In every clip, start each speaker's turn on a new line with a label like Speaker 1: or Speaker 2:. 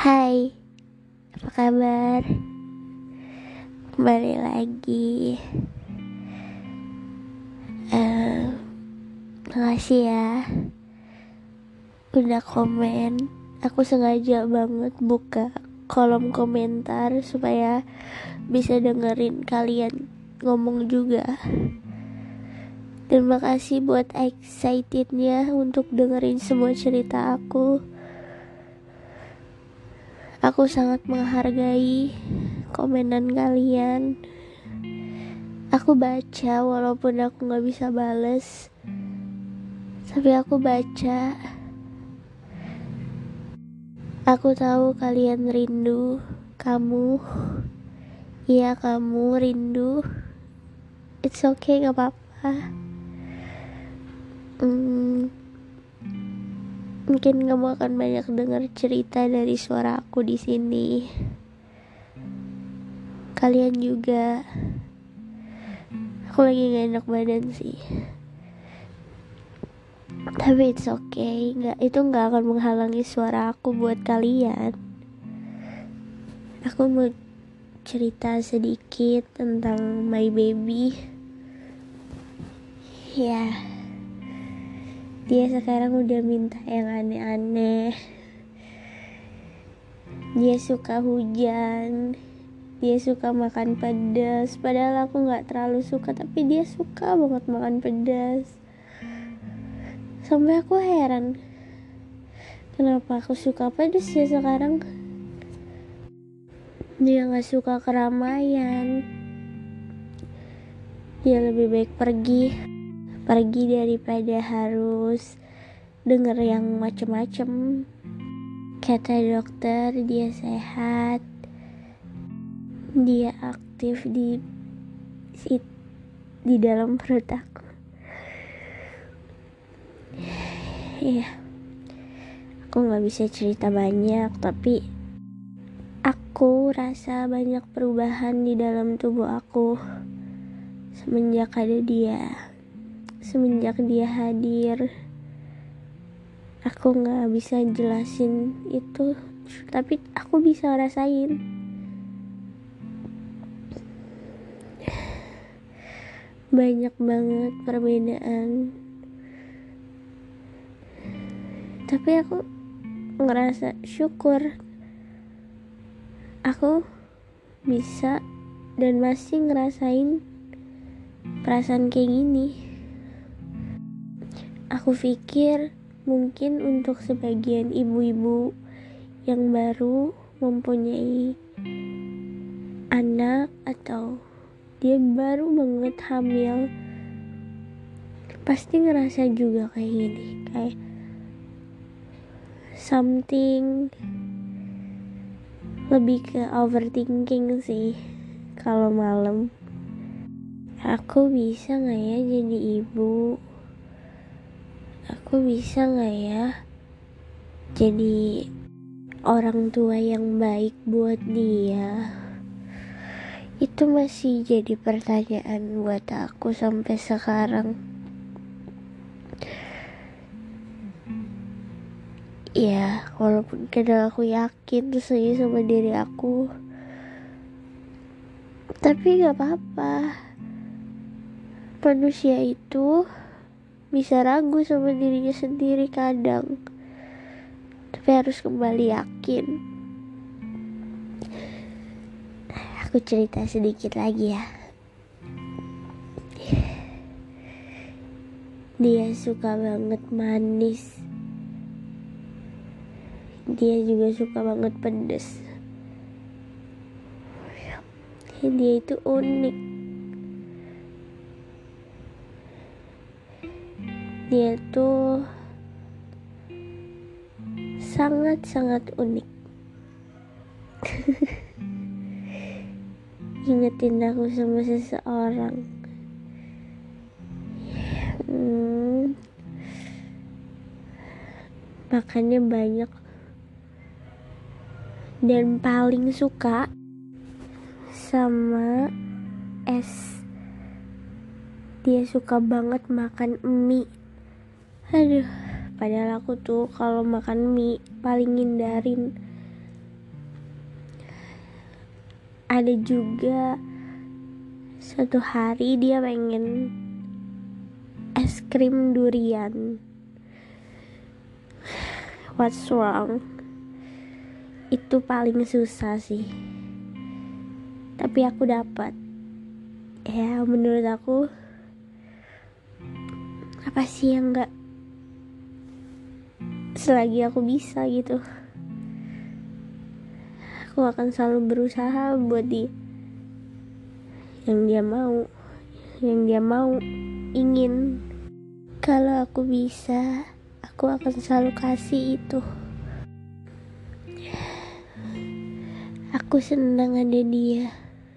Speaker 1: Hai, apa kabar? Kembali lagi. Makasih ya udah komen. Aku sengaja banget buka kolom komentar supaya bisa dengerin kalian ngomong juga. Dan makasih buat excitednya untuk dengerin semua cerita aku. Aku sangat menghargai komenan kalian. Aku baca walaupun aku gak bisa bales, tapi aku baca. Aku tahu kalian rindu. Iya kamu rindu. It's okay, gak apa-apa. Mungkin kamu akan banyak dengar cerita dari suara aku di sini. Kalian juga. Aku lagi gak enak badan sih, tapi it's okay. Itu gak akan menghalangi suara aku buat kalian. Aku mau cerita sedikit tentang my baby. Ya, dia sekarang udah minta yang aneh-aneh. Dia suka hujan, dia suka makan pedas. Padahal aku gak terlalu suka, tapi dia suka banget makan pedas. Sampai aku heran, kenapa aku suka pedas ya sekarang. Dia gak suka keramaian. Dia lebih baik pergi daripada harus denger yang macem-macem. Kata dokter dia sehat, dia aktif di dalam perut aku. Iya, aku gak bisa cerita banyak, tapi aku rasa banyak perubahan di dalam tubuh aku semenjak ada dia. Semenjak dia hadir, aku gak bisa jelasin itu, tapi aku bisa rasain. Banyak banget perbedaan, tapi aku ngerasa syukur aku bisa dan masih ngerasain perasaan kayak gini. Aku pikir mungkin untuk sebagian ibu-ibu yang baru mempunyai anak atau dia baru banget hamil, pasti ngerasa juga kayak gini, kayak something lebih ke overthinking sih. Kalau malam, aku bisa gak ya jadi ibu? Aku bisa gak ya jadi orang tua yang baik buat dia? Itu masih jadi pertanyaan buat aku sampai sekarang. Ya, walaupun kadang aku yakin sih sama diri aku, tapi gak apa-apa. Manusia itu bisa ragu sama dirinya sendiri kadang, tapi harus kembali yakin. Aku cerita sedikit lagi ya. Dia suka banget manis, dia juga suka banget pedas. Dia itu unik. Dia tuh sangat-sangat unik. Ingetin aku sama seseorang. Makannya banyak dan paling suka sama es. Dia suka banget makan mie. Padahal aku tuh kalau makan mie paling ngindarin. ada juga satu hari dia pengen es krim durian. What's wrong? Itu paling susah sih, tapi aku dapat. Ya menurut aku, apa sih yang gak, selagi aku bisa gitu, aku akan selalu berusaha buat dia yang dia mau ingin. Kalau aku bisa, aku akan selalu kasih itu. Aku senang ada dia,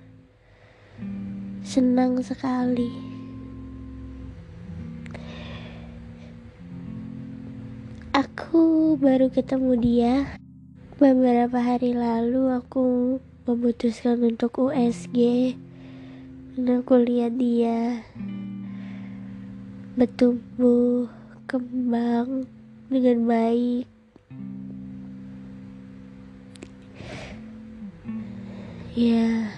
Speaker 1: senang sekali. Aku baru ketemu dia beberapa hari lalu. Aku memutuskan untuk USG dan aku lihat dia bertumbuh kembang dengan baik. Ya,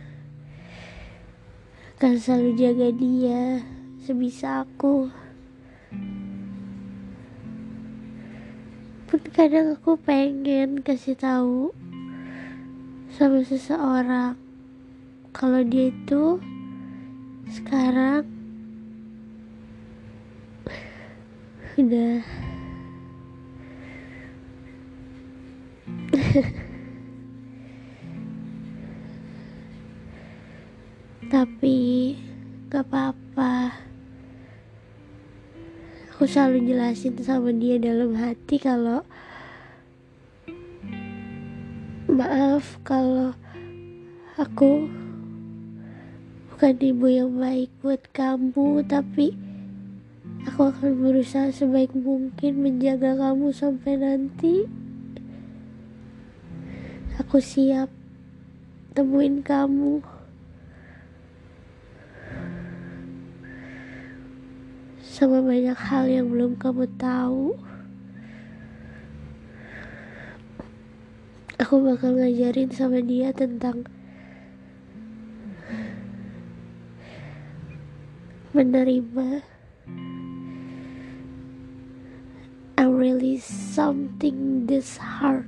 Speaker 1: akan selalu jaga dia sebisa aku. Pun kadang aku pengen kasih tahu sama seseorang kalau dia itu sekarang udah tapi gak apa-apa. Aku selalu jelasin sama dia dalam hati kalau maaf kalau aku bukan ibu yang baik buat kamu, tapi aku akan berusaha sebaik mungkin menjaga kamu sampai nanti aku siap temuin kamu. Sama banyak hal yang belum kamu tahu. Aku bakal ngajarin sama dia tentang menerima. I really something this hard.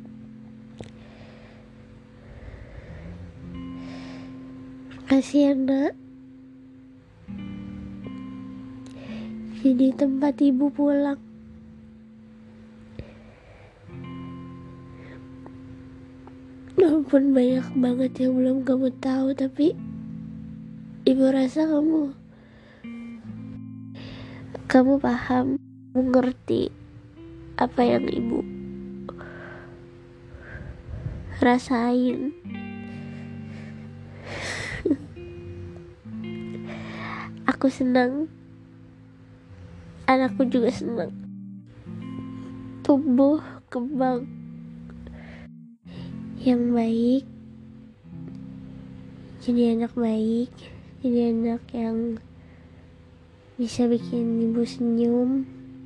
Speaker 1: Makasih ya nak. Jadi tempat ibu pulang. Walaupun banyak banget yang belum kamu tahu, tapi ibu rasa kamu paham, mengerti apa yang ibu rasain. Aku senang, anakku juga senang tumbuh kembang yang baik, jadi anak baik, jadi anak yang bisa bikin ibu senyum,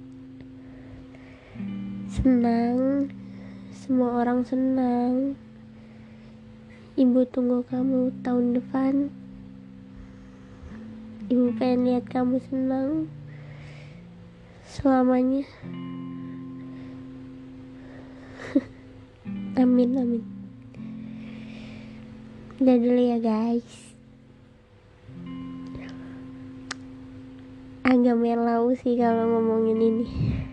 Speaker 1: senang, semua orang senang. Ibu tunggu kamu tahun depan. Ibu pengen lihat kamu senang selamanya. Amin amin. Udah dulu ya guys. Agak melau sih kalau ngomongin ini,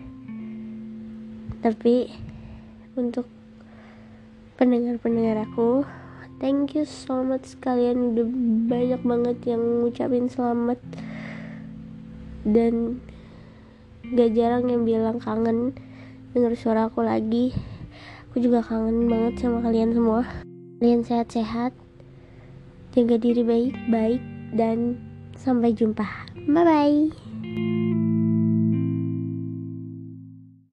Speaker 1: tapi untuk pendengar-pendengar aku, thank you so much. Kalian udah banyak banget yang ngucapin selamat, dan gak jarang yang bilang kangen denger suara aku lagi. Aku juga kangen banget sama kalian semua. Kalian sehat-sehat, jaga diri baik-baik, dan sampai jumpa. Bye-bye.